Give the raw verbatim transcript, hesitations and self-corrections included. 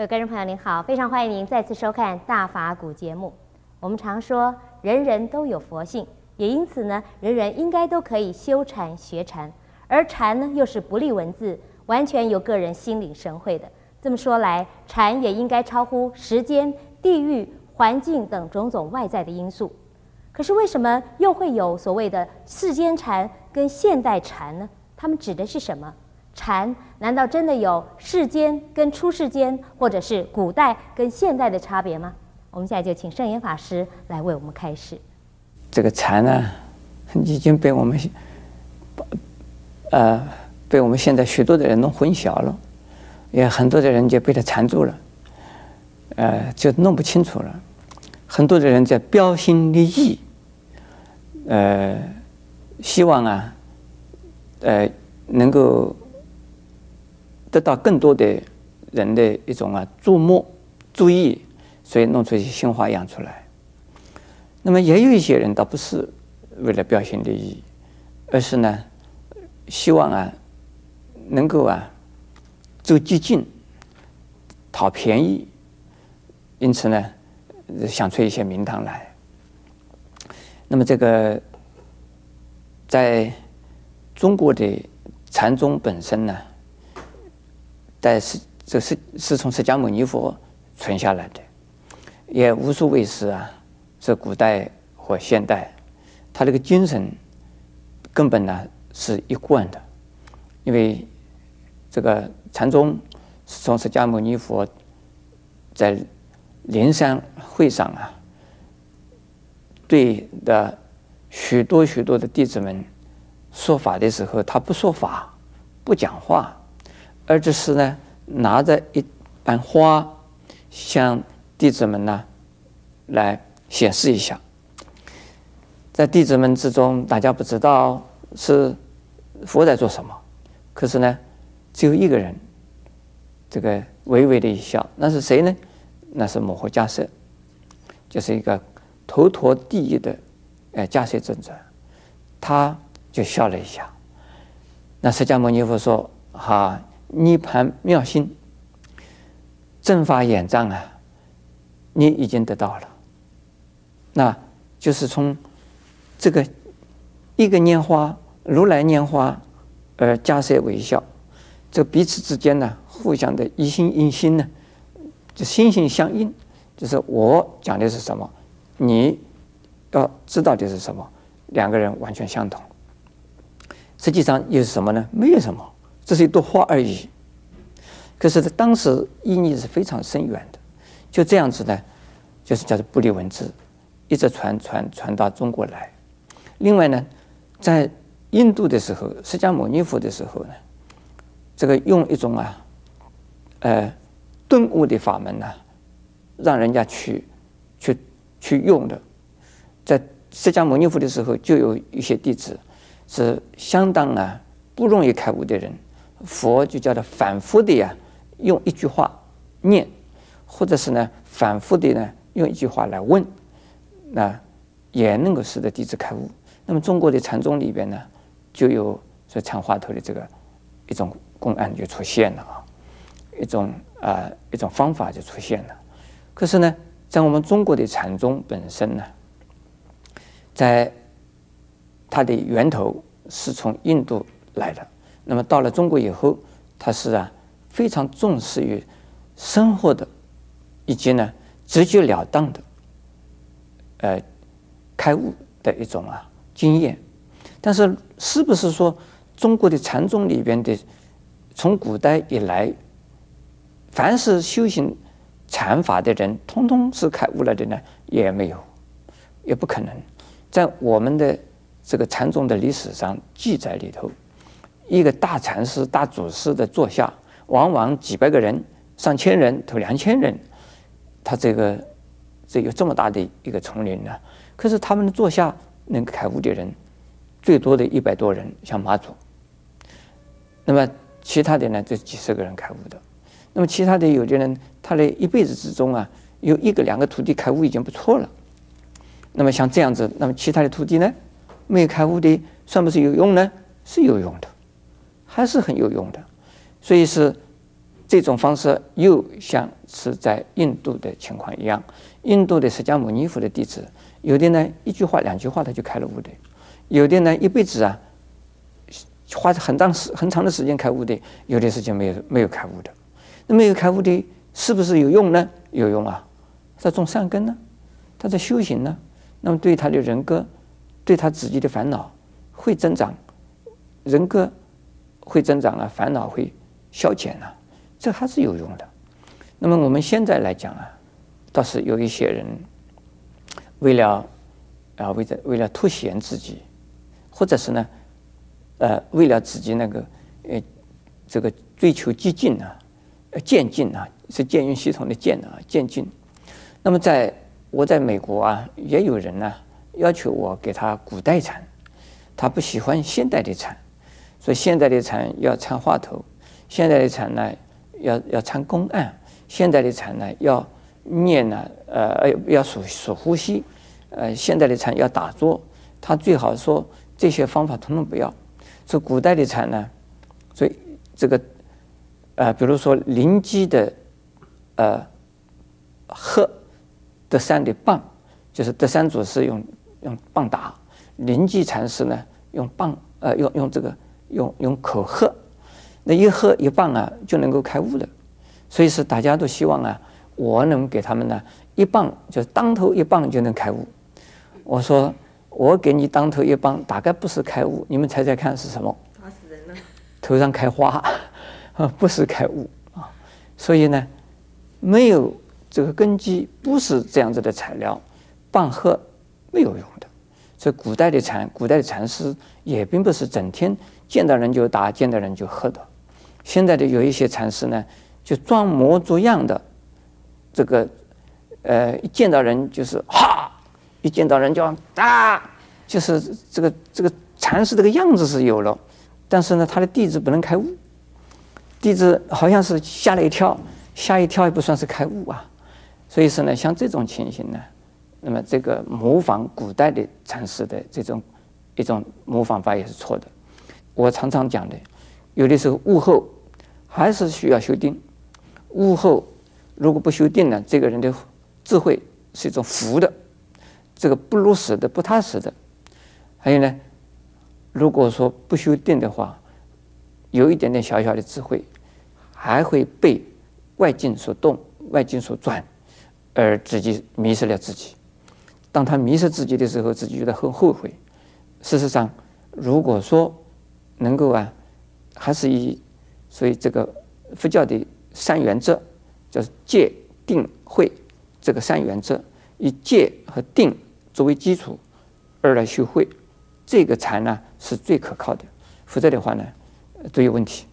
各位观众朋友您好，非常欢迎您再次收看大法古节目。我们常说人人都有佛性，也因此呢，人人应该都可以修禅学禅，而禅呢又是不立文字，完全由个人心领神会的。这么说来，禅也应该超乎时间、地域、环境等种种外在的因素。可是为什么又会有所谓的世间禅跟现代禅呢？它们指的是什么？禅难道真的有世间跟出世间，或者是古代跟现代的差别吗？我们现在就请圣严法师来为我们开示。 这个禅呢，已经被我们呃被我们现在许多的人弄混淆了，也很多的人就被他缠住了，呃，就弄不清楚了。很多的人在标新立异，呃，希望啊，呃，能够得到更多的人的一种啊注目、注意，所以弄出一些新花样出来。那么也有一些人倒不是为了标新立异，而是呢，希望啊能够啊走激进、讨便宜，因此呢想出一些名堂来。那么这个在中国的禅宗本身呢，但是这是是从释迦牟尼佛传下来的，也无所谓是啊，是古代或现代，它这个精神根本呢是一贯的。因为这个禅宗是从释迦牟尼佛在灵山会上啊，对的许多许多的弟子们说法的时候，他不说法，不讲话，而只是呢拿着一瓣花向弟子们呢来显示一下。在弟子们之中，大家不知道是佛在做什么，可是呢只有一个人这个微微的一笑，那是谁呢？那是摩诃迦叶，就是一个头陀第一的呃迦叶尊者，他就笑了一下。那释迦牟尼佛说：“哈，涅槃妙心，正法眼藏啊，你已经得到了。”那就是从这个一个拈花，如来拈花而迦叶微笑，这彼此之间呢，互相的一心一心呢，就心心相印，就是我讲的是什么，你要知道的是什么，两个人完全相同。实际上又是什么呢？没有什么，这是一朵花而已。可是当时意义是非常深远的，就这样子呢，就是叫做不离文字，一直传传传到中国来。另外呢，在印度的时候，释迦牟尼佛的时候呢，这个用一种啊，呃，顿悟的法门呢、啊，让人家去去去用的。在释迦牟尼佛的时候，就有一些弟子是相当啊不容易开悟的人，佛就叫他反复的呀用一句话念，或者是呢反复的呢用一句话来问，那也能够使得弟子开悟。那么中国的禅宗里边呢，就有说禅话头的这个一种公案就出现了啊，一种啊、呃、一种方法就出现了。可是呢，在我们中国的禅宗本身呢，在它的源头是从印度来的，那么到了中国以后，它是啊非常重视于生活的，以及呢直截了当的，呃开悟的一种啊经验。但是是不是说中国的禅宗里边的从古代以来，凡是修行禅法的人，通通是开悟了的呢？也没有，也不可能。在我们的这个禅宗的历史上记载里头，一个大禅师、大祖师的座下，往往几百个人、上千人、头两千人，他这个这有这么大的一个丛林呢。可是他们的座下能开悟的人，最多的一百多人，像马祖。那么其他的呢，就几十个人开悟的。那么其他的有的人，他的一辈子之中啊，有一个两个徒弟开悟已经不错了。那么像这样子，那么其他的徒弟呢，没有开悟的，算不是有用呢？是有用的，还是很有用的。所以是这种方式又像是在印度的情况一样，印度的释迦牟尼佛的弟子，有的呢一句话两句话他就开了悟的，有的呢一辈子啊花很长时很长的时间开悟的，有的时间没有没有开悟的。那没有开悟的是不是有用呢？有用啊，在种善根呢，他在修行呢，那么对他的人格，对他自己的烦恼会增长，人格会增长啊，烦恼会消减啊，这还是有用的。那么我们现在来讲啊，倒是有一些人为了啊为了为了凸显自己，或者是呢呃为了自己那个呃这个追求激进啊，呃渐进啊，是渐运系统的渐啊渐进。那么在我在美国啊，也有人呢要求我给他古代禅，他不喜欢现代的禅，所以现代的禅要参话头，现代的禅呢要要参公案，现代的禅呢要念呢呃要数数呼吸，呃现代的禅要打坐，他最好说这些方法统统不要。所以古代的禅呢，所以这个呃比如说临机的呃喝德山的棒，就是德山祖师用用棒打，临济禅师呢用棒呃用用这个用用口喝，那一喝一棒啊就能够开悟了。所以是大家都希望啊，我能给他们呢一棒，就是当头一棒就能开悟。我说我给你当头一棒，大概不是开悟，你们猜猜看是什么？ 打死人了。 头上开花啊，不是开悟啊。所以呢，没有这个根基，不是这样子的材料，棒喝没有用的。所以古代的禅，古代的禅师也并不是整天见到人就打，见到人就喝的。现在的有一些禅师呢，就装模作样的，这个呃一见到人就是哈，一见到人就打，就是这个这个禅师这个样子是有了，但是呢，他的弟子不能开悟，弟子好像是吓了一跳，吓一跳也不算是开悟啊。所以说呢，像这种情形呢，那么这个模仿古代的禅师的这种一种模仿法也是错的。我常常讲的，有的时候悟后还是需要修定。悟后如果不修定呢，这个人的智慧是一种浮的，这个不如实的、不踏实的。还有呢，如果说不修定的话，有一点点小小的智慧，还会被外境所动、外境所转，而自己迷失了自己。当他迷失自己的时候，自己觉得很后悔。事实上，如果说能够啊，还是以所以这个佛教的三原则，就是戒、定、慧这个三原则，以戒和定作为基础而来修慧，这个禅呢是最可靠的。否则的话呢，都有问题。